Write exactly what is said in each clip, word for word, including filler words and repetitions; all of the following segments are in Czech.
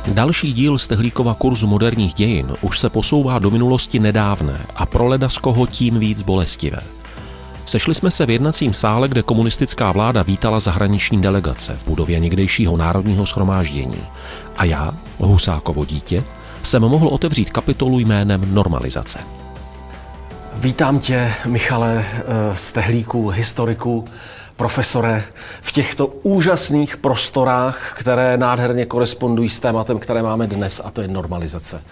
Další díl Stehlíkova kurzu moderních dějin už se posouvá do minulosti nedávné a pro ledaskoho tím víc bolestivé. Sešli jsme se v jednacím sále, kde komunistická vláda vítala zahraniční delegace v budově někdejšího národního shromáždění. A já, Husákovo dítě, jsem mohl otevřít kapitolu jménem Normalizace. Vítám tě, Michale Stehlíku, historiku, profesore, v těchto úžasných prostorách, které nádherně korespondují s tématem, které máme dnes, a to je normalizace.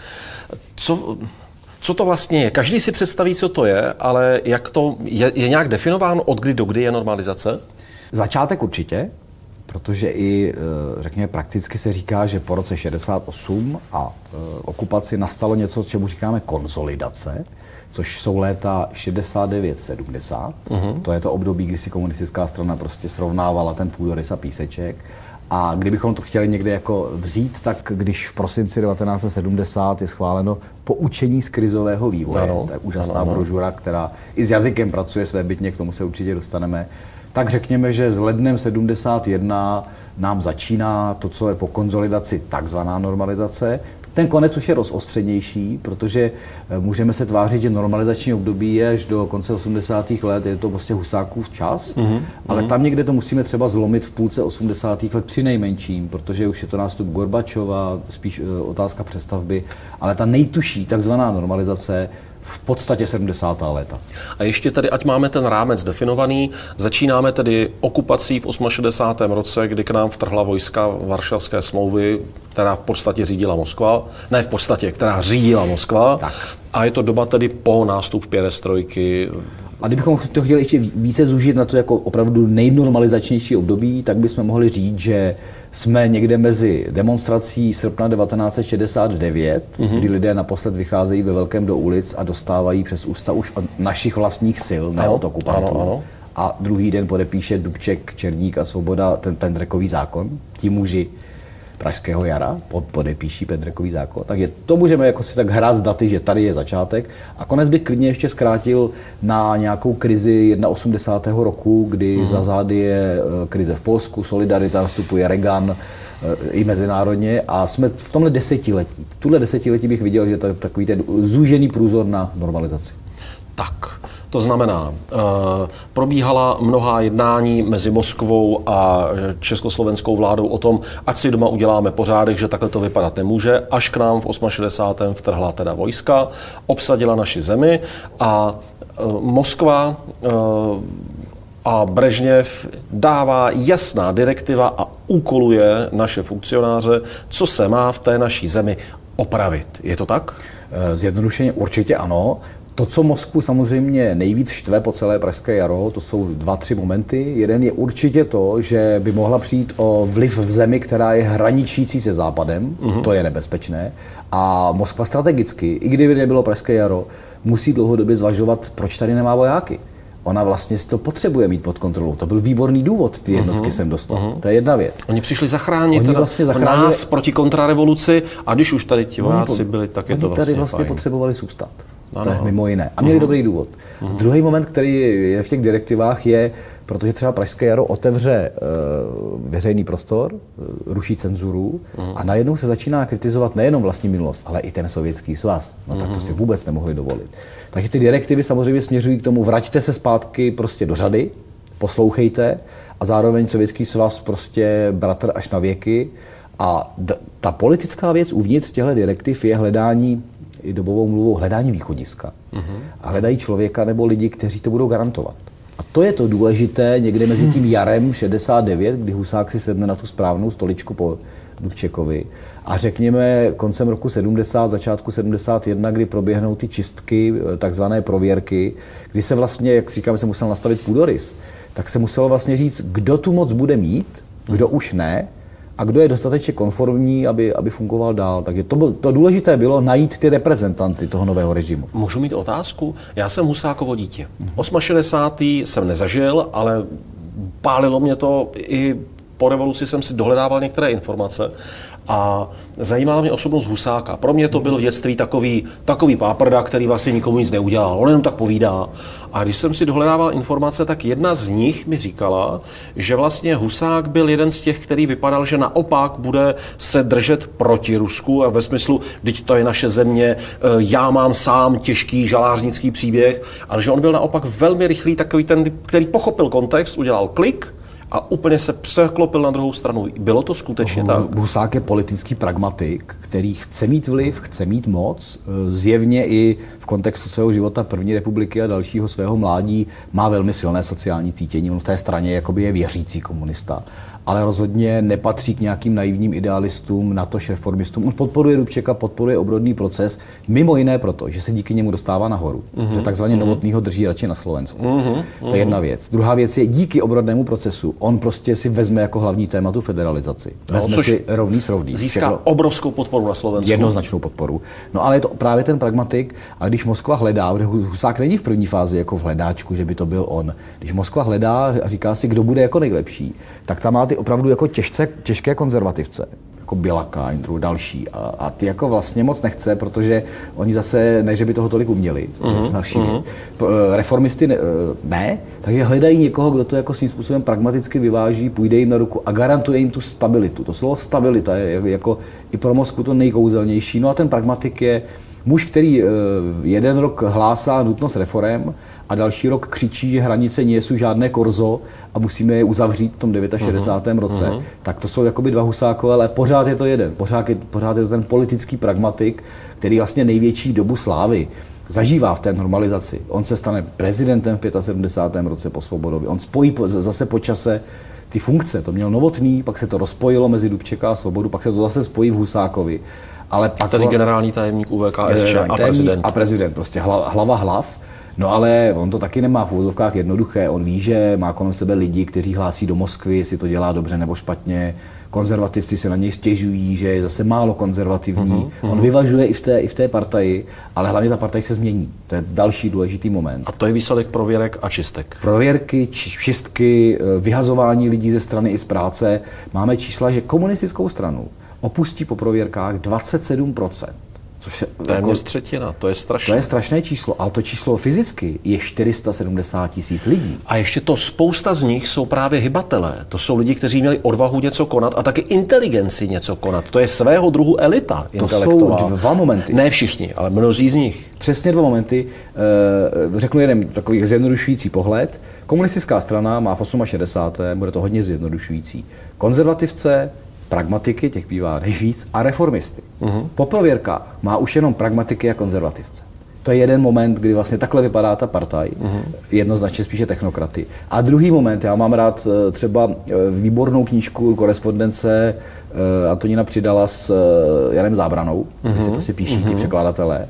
Co, co to vlastně je? Každý si představí, co to je, ale jak to je, je nějak definováno, od kdy do kdy je normalizace? Začátek určitě, protože i, řekněme, prakticky se říká, že po roce šedesát osm a okupaci nastalo něco, čemu říkáme konsolidace, což jsou léta šedesát devět sedmdesát. Uh-huh. To je to období, kdy si komunistická strana prostě srovnávala ten půdorys a píseček. A kdybychom to chtěli někde jako vzít, tak když v prosinci devatenáct set sedmdesát je schváleno poučení z krizového vývoje, ano, to je úžasná ano, brožura, která i s jazykem pracuje svébytně, k tomu se určitě dostaneme, tak řekněme, že s lednem sedmdesát jedna nám začíná to, co je po konsolidaci takzvaná normalizace. Ten konec už je rozostřenější, protože můžeme se tvářit, že normalizační období je až do konce osmdesátých let, je to prostě Husákův čas, mm-hmm. ale tam někde to musíme třeba zlomit v půlce osmdesátých let při nejmenším, protože už je to nástup Gorbačova, spíš otázka přestavby, ale ta nejtužší takzvaná normalizace v podstatě sedmdesátá léta. A ještě tedy, ať máme ten rámec definovaný, začínáme tedy okupací v šedesátém osmém roce, kdy k nám vtrhla vojska Varšavské smlouvy, která v podstatě řídila Moskva. Ne v podstatě, která řídila Moskva. Tak. A je to doba tedy po nástupu perestrojky. A kdybychom to chtěli ještě více zúžit na to jako opravdu nejnormalizačnější období, tak bychom mohli říct, že jsme někde mezi demonstrací srpna devatenáct set šedesát devět, mm-hmm. kdy lidé naposled vycházejí ve velkém do ulic a dostávají přes ústa už od našich vlastních sil, ne od okupantů. Ano, ano. A druhý den podepíše Dubček, Černík a Svoboda ten Pendrekový zákon. Ti muži Pražského jara podepíší Pendrekový zákon. Takže to můžeme jako si tak hrát z daty, že tady je začátek. A konec bych klidně ještě zkrátil na nějakou krizi osmdesátého prvního roku, kdy hmm. za zády je krize v Polsku, Solidarita, vstupuje Reagan i mezinárodně a jsme v tomhle desetiletí. V tuhle desetiletí bych viděl, že to je takový ten zúžený průzor na normalizaci. Tak, to znamená, probíhala mnohá jednání mezi Moskvou a československou vládou o tom, ať si doma uděláme pořádek, že takhle to vypadat nemůže, až k nám v šedesátém osmém vtrhla teda vojska, obsadila naši zemi a Moskva a Brežněv dává jasná direktiva a úkoluje naše funkcionáře, co se má v té naší zemi opravit. Je to tak? Zjednodušeně určitě ano. To, co Moskvu samozřejmě nejvíc štve po celé Pražské jaro, to jsou dva, tři momenty. Jeden je určitě to, že by mohla přijít o vliv v zemi, která je hraničící se Západem, uh-huh. to je nebezpečné. A Moskva strategicky, i kdyby nebylo Pražské jaro, musí dlouhodobě zvažovat, proč tady nemá vojáky. Ona vlastně to potřebuje mít pod kontrolou. To byl výborný důvod, ty jednotky uh-huh. jsem dostal. Uh-huh. To je jedna věc. Oni přišli zachránit Oni vlastně zachránili... nás proti kontrarevoluci a když už tady ti vojáci byli, tak je to vlastně Oni tady vlastně fajn. Potřebovali zůstat. Ano. To je mimo jiné. A měli uh-huh. dobrý důvod. Uh-huh. Druhý moment, který je v těch direktivách, je, protože třeba Pražské jaro otevře uh, veřejný prostor, uh, ruší cenzuru uh-huh. a najednou se začíná kritizovat nejenom vlastní minulost, ale i ten Sovětský svaz. No tak to si vůbec nemohli dovolit. Takže ty direktivy samozřejmě směřují k tomu, vraťte se zpátky prostě do řady, poslouchejte a zároveň Sovětský svaz prostě bratr až na věky. A d- ta politická věc uvnitř těchto direktiv je hledání i dobovou mluvou hledání východiska. Uh-huh. A hledají člověka nebo lidi, kteří to budou garantovat. A to je to důležité někde mezi tím jarem šedesát devět, kdy Husák si sedne na tu správnou stoličku po Dubčekovi a řekněme koncem roku sedmdesát, začátku sedmdesát jedna, kdy proběhnou ty čistky, takzvané prověrky, kdy se vlastně, jak říkáme, se musel nastavit půdorys, tak se muselo vlastně říct, kdo tu moc bude mít, kdo už ne, a kdo je dostatečně konformní, aby, aby fungoval dál. Takže to, to důležité bylo najít ty reprezentanty toho nového režimu. Můžu mít otázku? Já jsem Husákovo dítě. šedesátém osmém jsem nezažil, ale pálilo mě to i po revoluci jsem si dohledával některé informace a zajímala mě osobnost Husáka. Pro mě to byl v dětství takový, takový páprda, který vlastně nikomu nic neudělal. On jenom tak povídá. A když jsem si dohledával informace, tak jedna z nich mi říkala, že vlastně Husák byl jeden z těch, který vypadal, že naopak bude se držet proti Rusku a ve smyslu, vždyť to je naše země, já mám sám těžký žalářnický příběh, ale že on byl naopak velmi rychlý, takový ten, který pochopil kontext, udělal klik a úplně se překlopil na druhou stranu. Bylo to skutečně tak? Husák je politický pragmatik, který chce mít vliv, chce mít moc. Zjevně i v kontextu svého života první republiky a dalšího svého mládí má velmi silné sociální cítění. On v té straně jakoby je věřící komunista, ale rozhodně nepatří k nějakým naivním idealistům, natož reformistům. On podporuje Dubčeka, podporuje obrodný proces, mimo jiné proto, že se díky němu dostává nahoru. Mm-hmm. Že takzvaně mm-hmm. Novotnýho drží radši na Slovensku. Mm-hmm. To je jedna věc. Druhá věc je, díky obrodnému procesu on prostě si vezme jako hlavní téma tu federalizaci. Vezme no, si rovný s rovný. Získá všechno, obrovskou podporu na Slovensku. Jednoznačnou podporu. No ale je to právě ten pragmatik, a když Moskva hledá, Husák není v první fázi jako v hledáčku, že by to byl on. Když Moskva hledá a říká si, kdo bude jako nejlepší, tak tam má ty opravdu jako těžce, těžké konzervativce, jako Bělaka, Jindru, další. A, a ty jako vlastně moc nechce, protože oni zase, ne, že by toho tolik uměli, uh-huh, další. Uh-huh. Reformisty ne, ne, takže hledají někoho, kdo to jako svým způsobem pragmaticky vyváží, půjde jim na ruku a garantuje jim tu stabilitu. To slovo stabilita je jako i pro Moskvu to nejkouzelnější. No a ten pragmatik je muž, který jeden rok hlásá nutnost reforem a další rok křičí, že hranice nejsou žádné korzo a musíme je uzavřít v tom šedesátém devátém roce, uh-huh. tak to jsou jakoby dva Husákové, ale pořád je to jeden. Pořád je, pořád je to ten politický pragmatik, který vlastně největší dobu slávy zažívá v té normalizaci. On se stane prezidentem v sedmdesátém pátém roce po Svobodovi. On spojí po, zase po čase ty funkce. To měl Novotný, pak se to rozpojilo mezi Dubčeka a Svobodu, pak se to zase spojí v Husákovi. Ale a tady generální tajemník U V K S Č a prezident. A prezident, prostě hlava, hlava hlav. No ale on to taky nemá v úvozovkách jednoduché. On ví, že má kolem sebe lidi, kteří hlásí do Moskvy, jestli to dělá dobře nebo špatně. Konzervativci se na něj stěžují, že je zase málo konzervativní. Uh-huh, uh-huh. On vyvažuje i v té, i v té partaji, ale hlavně ta partaj se změní. To je další důležitý moment. A to je výsledek prověrek a čistek. Prověrky, čistky, vyhazování lidí ze strany i z práce. Máme čísla, že komunistickou stranu opustí po prověrkách dvacet sedm procent. Což je téměř třetina, to je strašné. To je strašné číslo, ale to číslo fyzicky je čtyři sta sedmdesát tisíc lidí. A ještě to spousta z nich jsou právě hybatelé. To jsou lidi, kteří měli odvahu něco konat a taky inteligenci něco konat. To je svého druhu elita intelektová. To jsou dva momenty. Ne všichni, ale mnozí z nich. Přesně dva momenty. Řeknu jeden takový zjednodušující pohled. Komunistická strana má v šedesátém osmém bude to hodně zjednodušující. Konzervativce, pragmatiky, těch bývá nejvíc, a reformisty. Uh-huh. Po prověrkách má už jenom pragmatiky a konzervativce. To je jeden moment, kdy vlastně takhle vypadá ta partaj, uh-huh. jednoznačně spíše technokraty. A druhý moment, já mám rád třeba výbornou knížku Korespondence Antonína Přidala s Janem Zábranou, uh-huh. kde se prostě píší uh-huh. ti překladatelé.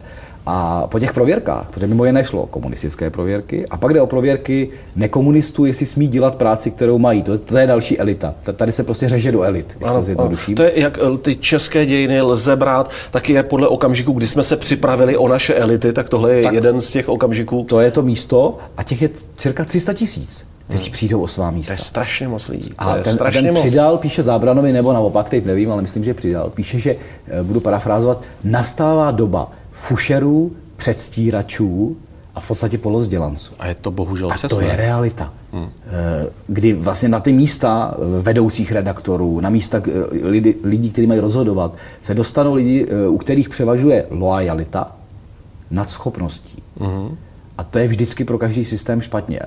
A po těch prověrkách, protože mimo jiné šlo komunistické prověrky, a pak jde o prověrky nekomunistů, jestli smí dělat práci, kterou mají. To, to je další elita. Tady se prostě řeže do elit, když ano, to zjednoduším. To je, jak ty české dějiny lze brát, taky je podle okamžiku, kdy jsme se připravili o naše elity, tak tohle je tak jeden z těch okamžiků. To je to místo a těch je cirka tři sta tisíc, kteří hmm. přijdou o svá místa. To je strašně moc lidí. A je ten, strašně ten moc. Přidal, píše Zábranovi, nebo naopak, teď nevím, ale myslím, že Přidal, píše, že, budu parafrázovat, nastává doba fušerů, předstíračů a v podstatě polozdělanců. A je to bohužel a přesné. To je realita. Hmm. Kdy vlastně na ty místa vedoucích redaktorů, na místa lidi, lidí, kteří mají rozhodovat, se dostanou lidi, u kterých převažuje loajalita nad schopností. Hmm. A to je vždycky pro každý systém špatně.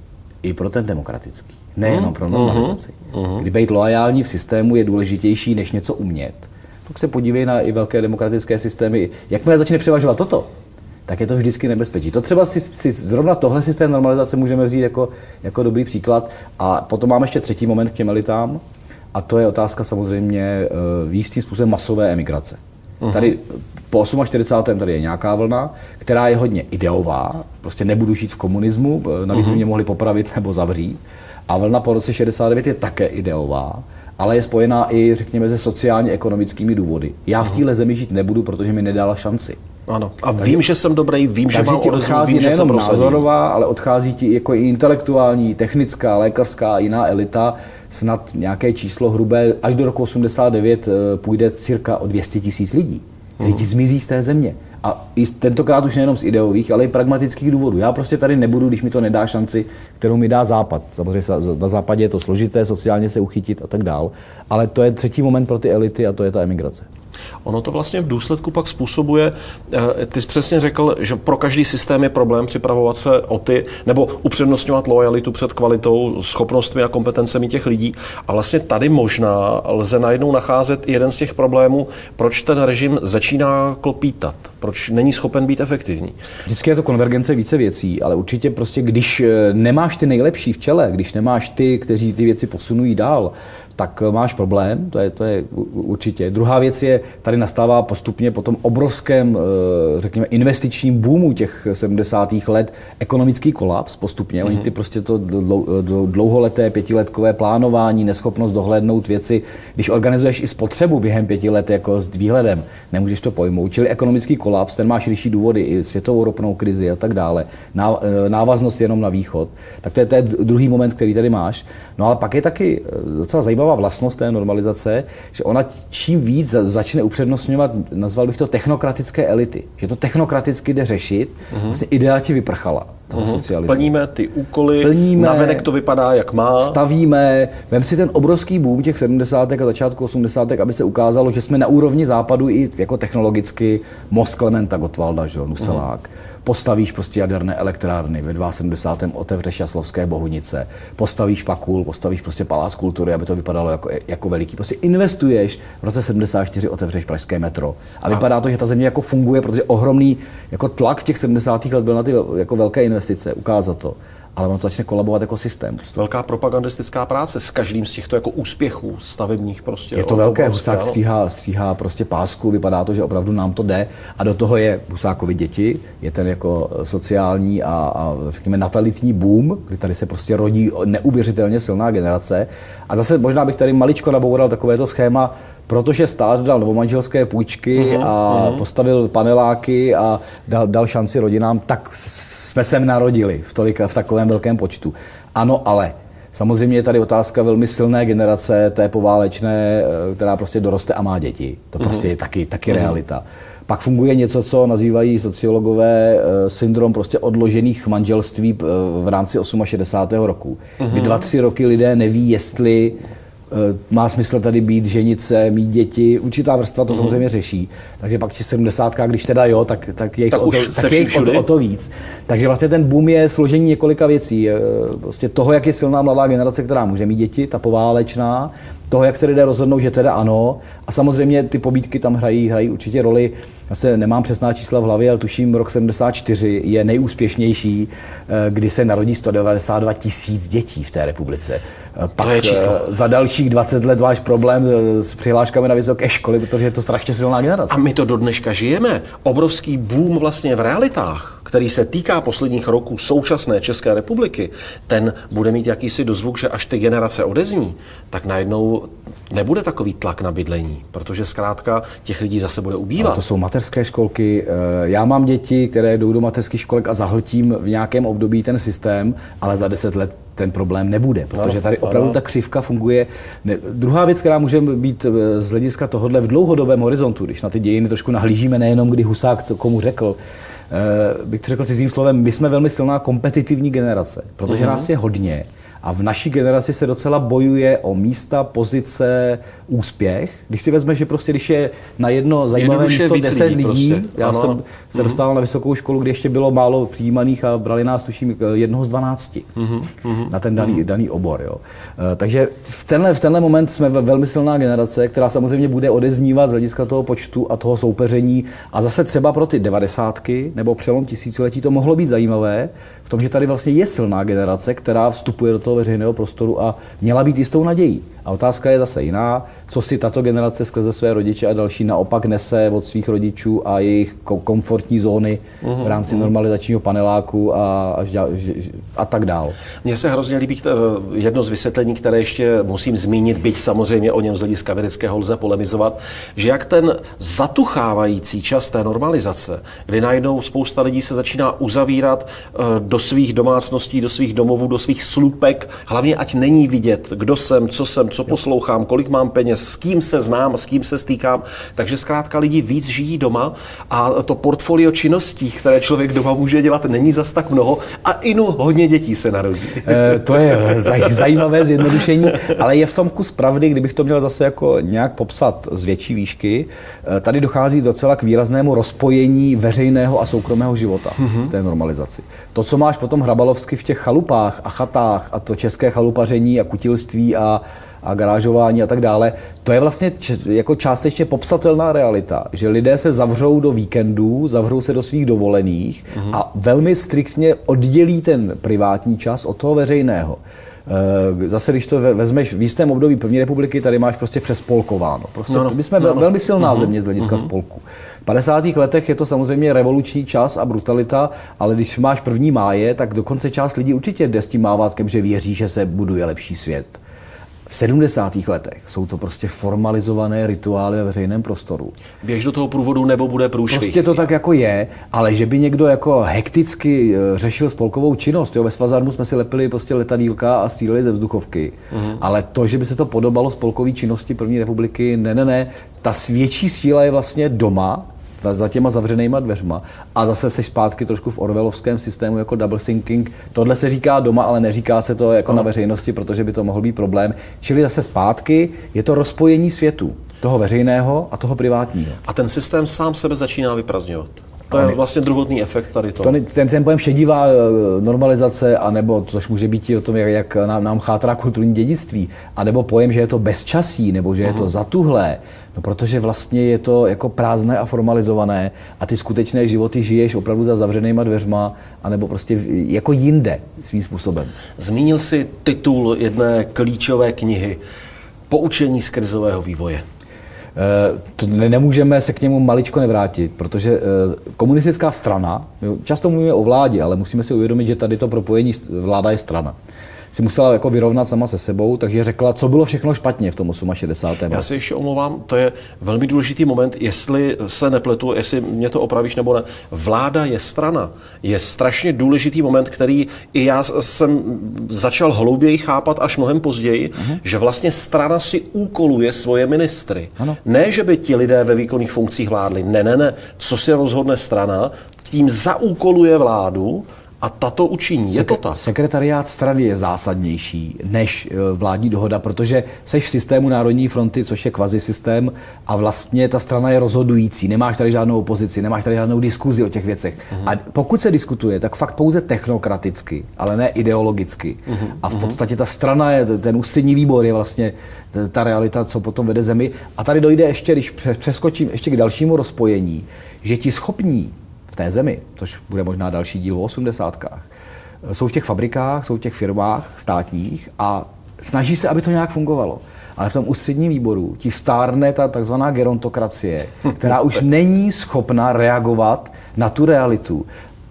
I pro ten demokratický. Nejenom hmm. pro normalizaci. Hmm. Kdy být loajální v systému je důležitější, než něco umět. Tak se podívej na i velké demokratické systémy. Jakmile začne převažovat toto, tak je to vždycky nebezpečí. To třeba si, si zrovna tohle systém normalizace můžeme vzít jako, jako dobrý příklad. A potom máme ještě třetí moment k těm elitám, a to je otázka samozřejmě v jistým způsobem masové emigrace. Uh-huh. Tady po čtyřicátém osmém tady je nějaká vlna, která je hodně ideová, prostě nebudu žít v komunismu, navíc uh-huh. mě mohli popravit nebo zavřít. A vlna po roce šedesát devět je také ideová, ale je spojená i, řekněme, se sociálně-ekonomickými důvody. Já v téhle zemi žít nebudu, protože mi nedala šanci. Ano. A takže, vím, že jsem dobrý, vím, že mám odezvu, vím, že jsem názorová, ale odchází ti jako i intelektuální, technická, lékařská a jiná elita snad nějaké číslo hrubé, až do roku osmdesát devět půjde cirka o dvě stě tisíc lidí, kteří ti zmizí z té země. A i tentokrát už nejenom z ideových, ale i pragmatických důvodů. Já prostě tady nebudu, když mi to nedá šanci, kterou mi dá Západ. Samozřejmě na Západě je to složité, sociálně se uchytit a tak dál. Ale to je třetí moment pro ty elity a to je ta emigrace. Ono to vlastně v důsledku pak způsobuje, ty jsi přesně řekl, že pro každý systém je problém připravovat se o ty, nebo upřednostňovat lojalitu před kvalitou, schopnostmi a kompetencemi těch lidí. A vlastně tady možná lze najednou nacházet jeden z těch problémů, proč ten režim začíná klopítat, proč není schopen být efektivní. Vždycky je to konvergence více věcí, ale určitě prostě, když nemáš ty nejlepší v čele, když nemáš ty, kteří ty věci posunují dál, tak máš problém, to je, to je určitě. Druhá věc je, tady nastává postupně po tom obrovském, řekněme, investičním boomu těch sedmdesátých let ekonomický kolaps postupně. Mm-hmm. Oni ty prostě to dlouholeté, pětiletkové plánování, neschopnost dohlédnout věci, když organizuješ i spotřebu během pěti let jako s výhledem, nemůžeš to pojmout. Čili ekonomický kolaps, ten má širší důvody, i světovou ropnou krizi a tak dále, návaznost jenom na východ. Tak to je, to je druhý moment, který tady máš. No ale pak je taky docela zajímavá vlastnost té normalizace, že ona čím víc začne upřednostňovat, nazval bych to technokratické elity. Že to technokraticky jde řešit, mm-hmm. vlastně idea ti vyprchala. Mm-hmm. Plníme ty úkoly, Plníme, navenek to vypadá, jak má. Stavíme. Vem si ten obrovský boom těch sedmdesátek a začátku osmdesátek, aby se ukázalo, že jsme na úrovni západu i jako technologicky most Klementa Gottwalda, že Nuselák. Mm-hmm. Postavíš prostě jaderné elektrárny, ve sedmdesátém druhém otevřeš Jaslovské Bohunice, postavíš Pakul, postavíš prostě palác kultury, aby to vypadalo jako, jako veliký. Prostě investuješ, v roce sedmdesát čtyři otevřeš pražské metro. A vypadá to, že ta země jako funguje, protože ohromný jako tlak v těch sedmdesátých let byl na ty jako velké investice, ukázat to. Ale ono to začne kolabovat jako systém. Velká propagandistická práce s každým z těchto jako úspěchů stavebních prostě. Je to velké, Husák stříhá, stříhá prostě pásku, vypadá to, že opravdu nám to jde a do toho je Husákovi děti, je ten jako sociální a, a řekněme natalitní boom, kdy tady se prostě rodí neuvěřitelně silná generace. A zase možná bych tady maličko naboural takovéto schéma, protože stát dal novomanželské půjčky uh-huh, a uh-huh. postavil paneláky a dal, dal šanci rodinám, tak jsme se narodili v, tolika, v takovém velkém počtu. Ano, ale samozřejmě je tady otázka velmi silné generace té poválečné, která prostě doroste a má děti. To mm-hmm. prostě je taky, taky mm-hmm. realita. Pak funguje něco, co nazývají sociologové syndrom prostě odložených manželství v rámci šedesátého osmého roku. Mm-hmm. Kdy dva, tři roky lidé neví, jestli má smysl tady být, ženit se, mít děti. Určitá vrstva to mm-hmm. samozřejmě řeší. Takže pak ti sedmdesátka, když teda jo, tak, tak je jich, tak o, to, tak je jich o, o to víc. Takže vlastně ten boom je složení několika věcí. Prostě toho, jak je silná mladá generace, která může mít děti, ta poválečná, toho, jak se lidé rozhodnou, že teda ano. A samozřejmě ty pobídky tam hrají, hrají určitě roli. Já se nemám přesná čísla v hlavě, ale tuším, rok sedmdesát čtyři je nejúspěšnější, kdy se narodí sto devadesát dva tisíc dětí v té republice. Pak to je číslo. Za dalších dvacet let máš problém s přihláškami na vysoké školy, protože je to strašně silná generace. A my to do dneška žijeme. Obrovský boom vlastně v realitách, který se týká posledních roků současné České republiky, ten bude mít jakýsi dozvuk, že až ty generace odezní, tak najednou nebude takový tlak na bydlení, protože zkrátka těch lidí zase bude ubývat. Ale to jsou mateřské školky. Já mám děti, které jdou do mateřských školek a zahltím v nějakém období ten systém, ale za deset let ten problém nebude, protože tady opravdu ta křivka funguje. Ne, druhá věc, která může být z hlediska tohohle v dlouhodobém horizontu, když na ty dějiny trošku nahlížíme, nejenom kdy Husák co komu řekl, eh, bych to řekl cizím slovem, my jsme velmi silná kompetitivní generace, protože uh-huh. nás je hodně. A v naší generaci se docela bojuje o místa, pozice, úspěch. Když si vezmeš, že prostě, když je na jedno zajímavé místo deset lidí, lidí prostě. Já ano. jsem se mm-hmm. dostal na vysokou školu, kde ještě bylo málo přijímaných a brali nás, tuším, jednoho z dvanácti mm-hmm. na ten daný, mm-hmm. daný obor. Jo. Takže v tenhle, v tenhle moment jsme velmi silná generace, která samozřejmě bude odeznívat z hlediska toho počtu a toho soupeření. A zase třeba pro ty devadesátky nebo přelom tisíciletí to mohlo být zajímavé v tom, že tady vlastně je silná generace, která vstupuje do toho veřejného prostoru a měla být jistou nadějí. A otázka je zase jiná, co si tato generace skrze své rodiče a další naopak nese od svých rodičů a jejich komfortní zóny v rámci normalizačního paneláku a, a, a tak dál. Mně se hrozně líbí jedno z vysvětlení, které ještě musím zmínit, byť samozřejmě o něm z hlediska vědeckého lze polemizovat, že jak ten zatuchávající čas té normalizace, kdy najednou spousta lidí se začíná uzavírat do svých domácností, do svých domovů, do svých slupek, hlavně ať není vidět, kdo jsem, co jsem, co poslouchám, kolik mám peněz, s kým se znám, s kým se stýkám. Takže zkrátka lidi víc žijí doma a to portfolio činností, které člověk doma může dělat, není zas tak mnoho a inu hodně dětí se narodí. E, to je zaj, zajímavé zjednodušení, ale je v tom kus pravdy, kdybych to měl zase jako nějak popsat z větší výšky. Tady dochází docela k výraznému rozpojení veřejného a soukromého života mm-hmm. v té normalizaci. To, co máš potom hrabalovsky v těch chalupách a chatách a to české chalupaření a kutilství a a garážování a tak dále, to je vlastně jako částečně popsatelná realita, že lidé se zavřou do víkendů, zavřou se do svých dovolených mm-hmm. a velmi striktně oddělí ten privátní čas od toho veřejného. Zase, když to vezmeš v jistém období první republiky, tady máš prostě přespolkováno. Prostě no, no, my jsme no, no. velmi silná uh-huh. země z hlediska uh-huh. spolku. V padesátých letech je to samozřejmě revoluční čas a brutalita, ale když máš první máje, tak dokonce část lidí určitě jde s tím mávátkem, že věří, že se buduje lepší svět. V sedmdesátých letech jsou to prostě formalizované rituály ve veřejném prostoru. Běž do toho průvodu nebo bude průšvih. Prostě to tak jako je, ale že by někdo jako hekticky řešil spolkovou činnost, jo, ve Svazarmu jsme si lepili prostě letadýlka a stříleli ze vzduchovky, uh-huh. ale to, že by se to podobalo spolkové činnosti první republiky, ne, ne, ne, ta větší síla je vlastně doma, za těma zavřenýma dveřma a zase seš zpátky trošku v orwellovském systému jako double thinking. Tohle se říká doma, ale neříká se to jako no. na veřejnosti, protože by to mohl být problém. Čili zase zpátky je to rozpojení světů, toho veřejného a toho privátního. A ten systém sám sebe začíná vyprazňovat. To je vlastně druhotný efekt tady toho. To, ten, ten pojem šedivá normalizace, anebo což může být o tom, jak nám, nám chátrá kulturní dědictví, anebo pojem, že je to bezčasí, nebo že je to zatuhlé, no protože vlastně je to jako prázdné a formalizované a ty skutečné životy žiješ opravdu za zavřenýma dveřma, anebo prostě jako jinde svým způsobem. Zmínil jsi titul jedné klíčové knihy Poučení z krizového vývoje. To nemůžeme se k němu maličko nevrátit, protože komunistická strana, často mluvíme o vládě, ale musíme si uvědomit, že tady to propojení vláda je strana, si musela jako vyrovnat sama se sebou, takže řekla, co bylo všechno špatně v tom šedesátém osmém Já si ještě omlouvám, to je velmi důležitý moment, jestli se nepletu, jestli mě to opravíš nebo ne. Vláda je strana. Je strašně důležitý moment, který i já jsem začal hlouběji chápat až mnohem později, uh-huh. že vlastně strana si úkoluje svoje ministry. Ano. Ne, že by ti lidé ve výkonných funkcích vládli. Ne, ne, ne. Co si rozhodne strana, tím zaúkoluje vládu, a tato učiní, je to tak? Sekretariát strany je zásadnější než vládní dohoda, protože seš v systému Národní fronty, což je kvazisystém a vlastně ta strana je rozhodující. Nemáš tady žádnou opozici, nemáš tady žádnou diskuzi o těch věcech. Uh-huh. A pokud se diskutuje, tak fakt pouze technokraticky, ale ne ideologicky. Uh-huh. A v podstatě ta strana, je, ten ústřední výbor je vlastně ta realita, co potom vede zemi. A tady dojde ještě, když přeskočím ještě k dalšímu rozpojení, že ti schopní v té zemi, což bude možná další díl o osmdesátkách, jsou v těch fabrikách, jsou v těch firmách státních a snaží se, aby to nějak fungovalo. Ale v tom ústředním výboru ti stárne ta takzvaná gerontokracie, která už není schopna reagovat na tu realitu.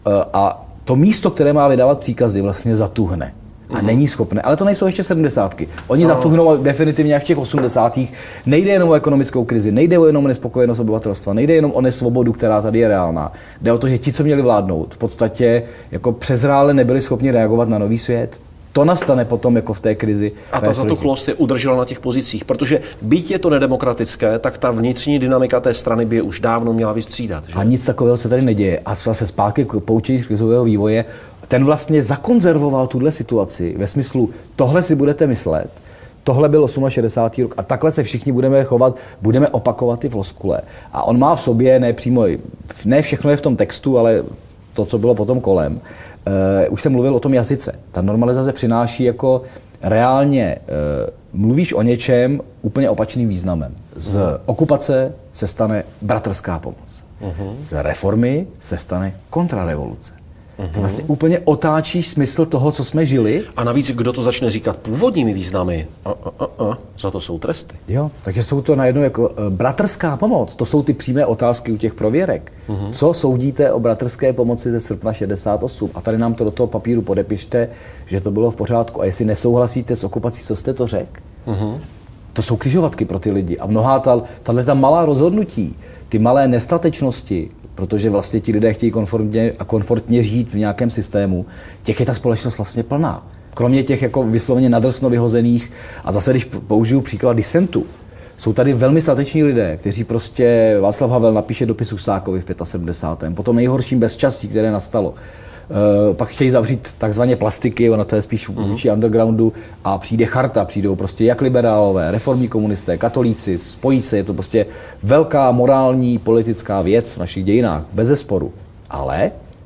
A to místo, které má vydávat příkazy, vlastně zatuhne. A není schopné. Ale to nejsou ještě sedmdesátky. Oni no. zatuhnou definitivně v těch osmdesátých. Nejde jenom o ekonomickou krizi, nejde jenom o nespokojenost obyvatelstva, nejde jenom o nesvobodu, která tady je reálná. Jde o to, že ti, co měli vládnout, v podstatě jako přezrále nebyli schopni reagovat na nový svět. To nastane potom jako v té krizi. A ta zatuchlost je udržela na těch pozicích, protože byť je to nedemokratické, tak ta vnitřní dynamika té strany by je už dávno měla vystřídat. Že? A nic takového se tady neděje. A zase zpátky k poučení z krizového vývoje, ten vlastně zakonzervoval tuhle situaci ve smyslu, tohle si budete myslet, tohle byl šedesátý osmý rok a takhle se všichni budeme chovat, budeme opakovat ty floskule. A on má v sobě, ne přímo, ne všechno je v tom textu, ale to, co bylo potom kolem. Uh, už jsem mluvil o tom jazyce. Ta normalizace přináší jako reálně, uh, mluvíš o něčem úplně opačným významem. Z uh-huh. okupace se stane bratrská pomoc. Uh-huh. Z reformy se stane kontrarevoluce. Uhum. To vlastně úplně otáčíš smysl toho, co jsme žili. A navíc, kdo to začne říkat původními významy, a, a, a, a, za to jsou tresty. Jo, takže jsou to najednou jako uh, bratrská pomoc. To jsou ty přímé otázky u těch prověrek. Uhum. Co soudíte o bratrské pomoci ze srpna šedesát osm? A tady nám to do toho papíru podepište, že to bylo v pořádku. A jestli nesouhlasíte s okupací, co jste to řekl? Uhum. To jsou křižovatky pro ty lidi. A mnohá ta, tato malá rozhodnutí, ty malé nestatečnosti, protože vlastně ti lidé chtějí komfortně a komfortně žít v nějakém systému, těch je ta společnost vlastně plná. Kromě těch jako vysloveně nadrsno vyhozených, a zase když použiju příklad disentu, jsou tady velmi stateční lidé, kteří prostě, Václav Havel napíše dopis Husákovi v sedmdesátém pátém Po tom nejhorším bezčasí, které nastalo. Uh, pak chtějí zavřít takzvané plastiky, ona to je spíš vůči mm. undergroundu, a přijde charta, přijdou prostě jak liberálové, reformní komunisté, katolíci, spojí se, je to prostě velká morální politická věc v našich dějinách, bezesporu. Ale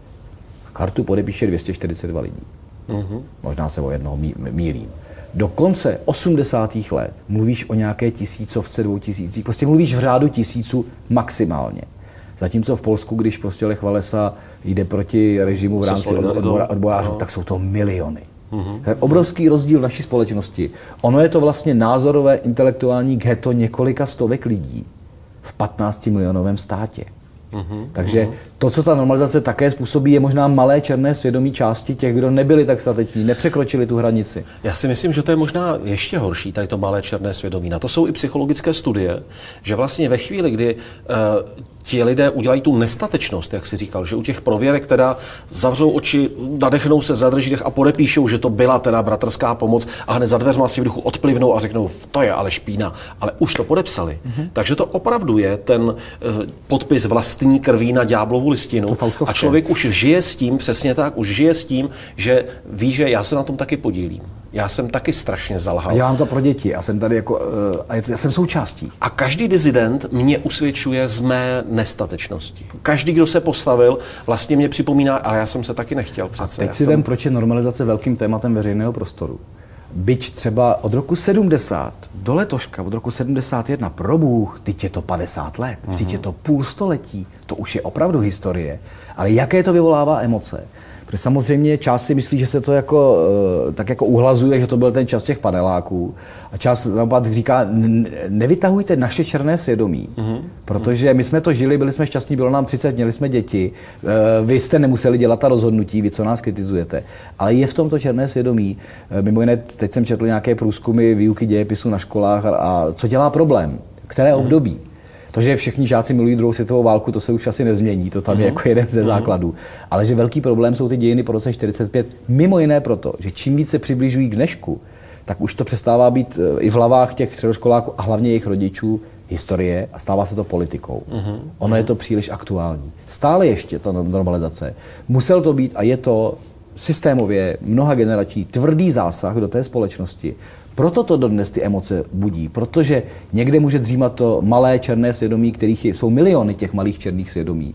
chartu podepíše dvě stě čtyřicet dva lidí. Mm-hmm. Možná se o jednoho mí, mýlím. Do konce osmdesátých let mluvíš o nějaké tisícovce, dvou tisících, prostě mluvíš v řádu tisíců maximálně. Zatímco v Polsku, když prostě Lech Walesa jde proti režimu v rámci odbojářů, tak jsou to miliony. Mm-hmm. To je obrovský rozdíl v naší společnosti. Ono je to vlastně názorové intelektuální ghetto několika stovek lidí v patnáctimilionovém státě. Mm-hmm. Takže to, co ta normalizace také způsobí, je možná malé černé svědomí části těch, kdo nebyli tak stateční, nepřekročili tu hranici. Já si myslím, že to je možná ještě horší, tady to malé černé svědomí. Na to jsou i psychologické studie, že vlastně ve chvíli, kdy uh, ti lidé udělají tu nestatečnost, jak jsi říkal, že u těch prověrek teda zavřou oči, nadechnou se, zadrží dech a podepíšou, že to byla teda bratrská pomoc, a hned za dveřma si v duchu odplivnou a řeknou, to je ale špína, ale už to podepsali. Mm-hmm. Takže to opravdu je ten uh, podpis vlastní krví na ďáblovu listinu a člověk už žije s tím, přesně tak, už žije s tím, že ví, že já se na tom taky podílím. Já jsem taky strašně zalhal. A dělám to pro děti a jsem tady jako, uh, a já jsem součástí. A každý dizident mě usvědčuje z mé nestatečnosti. Každý, kdo se postavil, vlastně mě připomíná, a já jsem se taky nechtěl přece. A teď si jsem... jdem, proč je normalizace velkým tématem veřejného prostoru. Byť třeba od roku sedmdesát do letoška, od roku sedmdesát jedna, probůh, teď je to padesát let, uh-huh. teď je to půl století, to už je opravdu historie. Ale jaké to vyvolává emoce? Protože samozřejmě část si myslí, že se to jako, tak jako uhlazuje, že to byl ten čas těch paneláků. A část naopak říká, nevytahujte naše černé svědomí, mm-hmm. protože my jsme to žili, byli jsme šťastní, bylo nám třicet, měli jsme děti, vy jste nemuseli dělat ta rozhodnutí, vy co nás kritizujete. Ale je v tom to černé svědomí. Mimo jiné, teď jsem četl nějaké průzkumy výuky dějepisu na školách a, a co dělá problém, které mm-hmm. období. To, že všichni žáci milují druhou světovou válku, to se už asi nezmění, to tam je jako jeden ze základů. Ale že velký problém jsou ty dějiny po roce čtyřicet pět, mimo jiné proto, že čím víc se přibližují k dnešku, tak už to přestává být i v hlavách těch středoškoláků a hlavně jejich rodičů historie a stává se to politikou. Uh-huh. Ono je to příliš aktuální. Stále ještě ta normalizace. Musel to být a je to systémově mnoha generační tvrdý zásah do té společnosti. Proto to dodnes ty emoce budí, protože někde může dřímat to malé černé svědomí, kterých jsou miliony těch malých černých svědomí.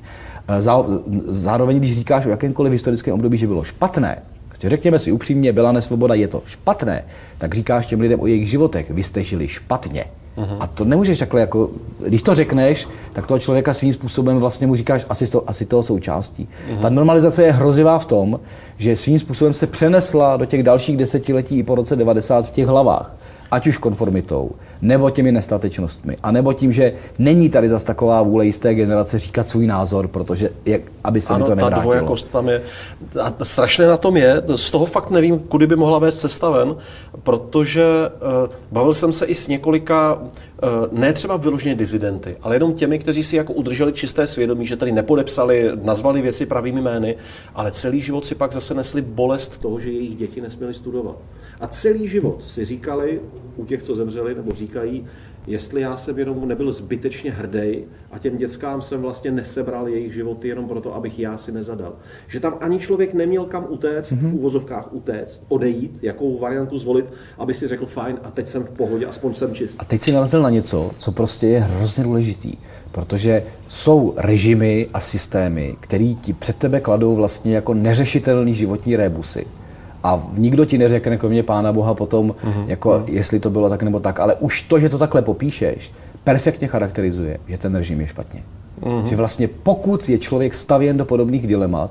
Zároveň, když říkáš o jakémkoliv historickém období, že bylo špatné, řekněme si upřímně, byla nesvoboda, je to špatné, tak říkáš těm lidem o jejich životech, vy jste žili špatně. Uhum. A to nemůžeš takhle jako, když to řekneš, tak toho člověka svým způsobem vlastně mu říkáš asi, to, asi toho součástí. Uhum. Ta normalizace je hrozivá v tom, že svým způsobem se přenesla do těch dalších desetiletí i po roce devadesát v těch hlavách. Ať už konformitou, nebo těmi nestatečnostmi, a nebo tím, že není tady zas taková vůle jisté generace říkat svůj názor, protože jak, aby se ano, mi to nevrátilo. Ano, ta dvojakost tam je. A strašné na tom je, z toho fakt nevím, kudy by mohla vést cesta ven, protože uh, bavil jsem se i s několika, uh, ne třeba vyloženě dizidenty, ale jenom těmi, kteří si jako udrželi čisté svědomí, že tady nepodepsali, nazvali věci pravými jmény, ale celý život si pak zase nesli bolest toho, že jejich děti nesměly studovat. A celý život si říkali, u těch, co zemřeli, nebo říkají, jestli já jsem jenom nebyl zbytečně hrdý a těm dětskám jsem vlastně nesebral jejich životy jenom proto, abych já si nezadal. Že tam ani člověk neměl kam utéct, mm-hmm. v uvozovkách utéct, odejít, jakou variantu zvolit, aby si řekl fajn a teď jsem v pohodě, aspoň jsem čist. A teď si narazil na něco, co prostě je hrozně důležitý, protože jsou režimy a systémy, který ti před tebe kladou vlastně jako neřešitelný životní rébusy. A nikdo ti neřekne, kromě Pána Boha potom, uh-huh. jako uh-huh. jestli to bylo tak nebo tak, ale už to, že to takhle popíšeš, perfektně charakterizuje, že ten režim je špatně. Uh-huh. Že vlastně pokud je člověk stavěn do podobných dilemat,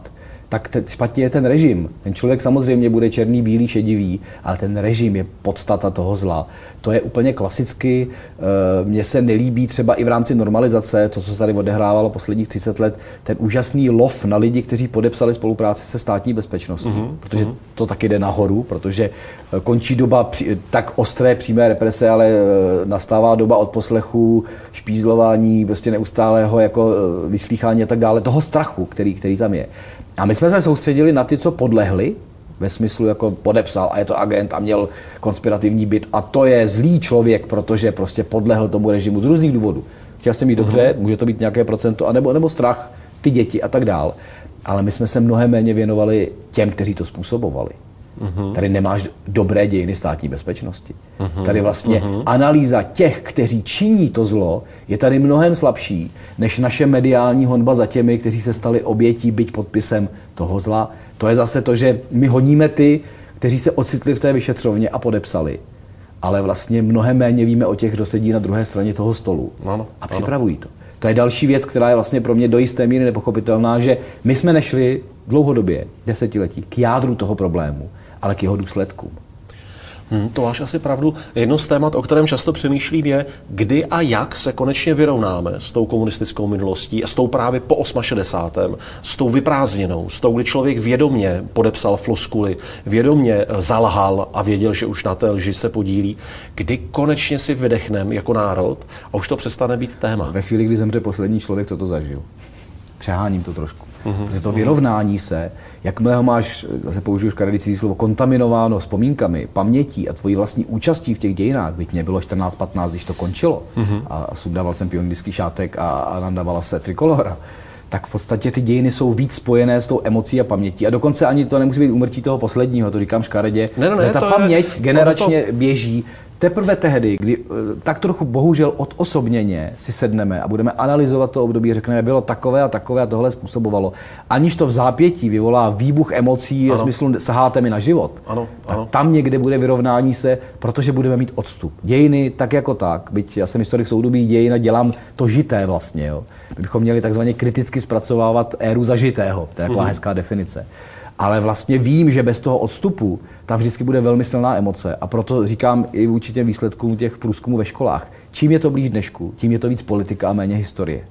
tak te, špatně je ten režim. Ten člověk samozřejmě bude černý, bílý, šedivý, ale ten režim je podstata toho zla. To je úplně klasicky. Mně se nelíbí třeba i v rámci normalizace, to, co se tady odehrávalo posledních třicet let, ten úžasný lov na lidi, kteří podepsali spolupráci se státní bezpečností. Mm-hmm. Protože to taky jde nahoru, protože končí doba při, tak ostré přímé represe, ale nastává doba odposlechů, špízlování, prostě neustálého jako vyslýchání a tak dále, toho strachu, který, který tam je. A my jsme se soustředili na ty, co podlehli, ve smyslu jako podepsal a je to agent a měl konspirativní byt a to je zlý člověk, protože prostě podlehl tomu režimu z různých důvodů. Chtěl jsem mít dobře, může to být nějaké procento, anebo, nebo strach, ty děti a tak dál. Ale my jsme se mnohem méně věnovali těm, kteří to způsobovali. Uhum. Tady nemáš dobré dějiny státní bezpečnosti. Uhum. Tady vlastně uhum. analýza těch, kteří činí to zlo, je tady mnohem slabší, než naše mediální honba za těmi, kteří se stali obětí, byť podpisem toho zla. To je zase to, že my honíme ty, kteří se ocitli v té vyšetřovně a podepsali. Ale vlastně mnohem méně víme o těch, kdo sedí na druhé straně toho stolu ano, a připravují ano. to. To je další věc, která je vlastně pro mě do jisté míry nepochopitelná, že my jsme nešli dlouhodobě, desetiletí, k jádru toho problému, ale k jeho důsledkům. Hmm, to máš asi pravdu. Jedno z témat, o kterém často přemýšlím, je, kdy a jak se konečně vyrovnáme s tou komunistickou minulostí a s tou právě po šedesátém osmém s tou vyprázdněnou, s tou, kdy člověk vědomě podepsal floskuly, vědomě zalhal a věděl, že už na té lži se podílí. Kdy konečně si vydechneme jako národ a už to přestane být téma? Ve chvíli, kdy zemře poslední člověk, toto zažil. Přeháním to trošku. Uhum. Protože to vyrovnání se, jakmile ho máš, zase použiju škaredící slovo, kontaminováno vzpomínkami, pamětí a tvojí vlastní účastí v těch dějinách, byť mě bylo čtrnáct patnáct, když to končilo uhum. a sundával jsem pionýrský šátek a, a nandavala se trikolora, tak v podstatě ty dějiny jsou víc spojené s tou emocí a pamětí. A dokonce ani to nemusí být úmrtí toho posledního, to říkám škaredě. Ne, ne, ne, ta paměť je, generačně to... běží. Teprve tehdy, kdy tak trochu bohužel odosobněně si sedneme a budeme analyzovat to období, řekneme, bylo takové a takové a tohle způsobovalo, aniž to v zápětí vyvolá výbuch emocí, v smyslu saháte mi na život, ano, ano. tak tam někde bude vyrovnání se, protože budeme mít odstup. Dějiny tak jako tak, byť já jsem historik soudobých dějin a dělám to žité vlastně. Jo. My bychom měli takzvaně kriticky zpracovávat éru zažitého, to je taková hmm. hezká definice. Ale vlastně vím, že bez toho odstupu tam vždycky bude velmi silná emoce. A proto říkám i vůči těm výsledkům těch průzkumů ve školách. Čím je to blíž dnešku, tím je to víc politika a méně historie.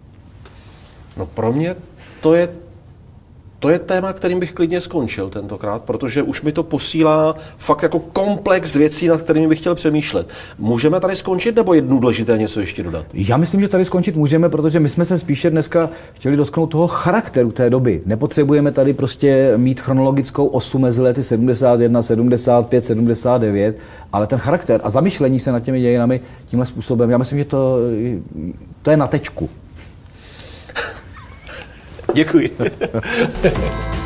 No pro mě to je, to je téma, kterým bych klidně skončil tentokrát, protože už mi to posílá fakt jako komplex věcí, nad kterými bych chtěl přemýšlet. Můžeme tady skončit, nebo je důležité něco ještě dodat? Já myslím, že tady skončit můžeme, protože my jsme se spíše dneska chtěli dotknout toho charakteru té doby. Nepotřebujeme tady prostě mít chronologickou osu mezi lety sedmdesát jedna, sedmdesát pět, sedmdesát devět, ale ten charakter a zamyšlení se nad těmi dějinami tímhle způsobem, já myslím, že to, to je na tečku. Děkuji.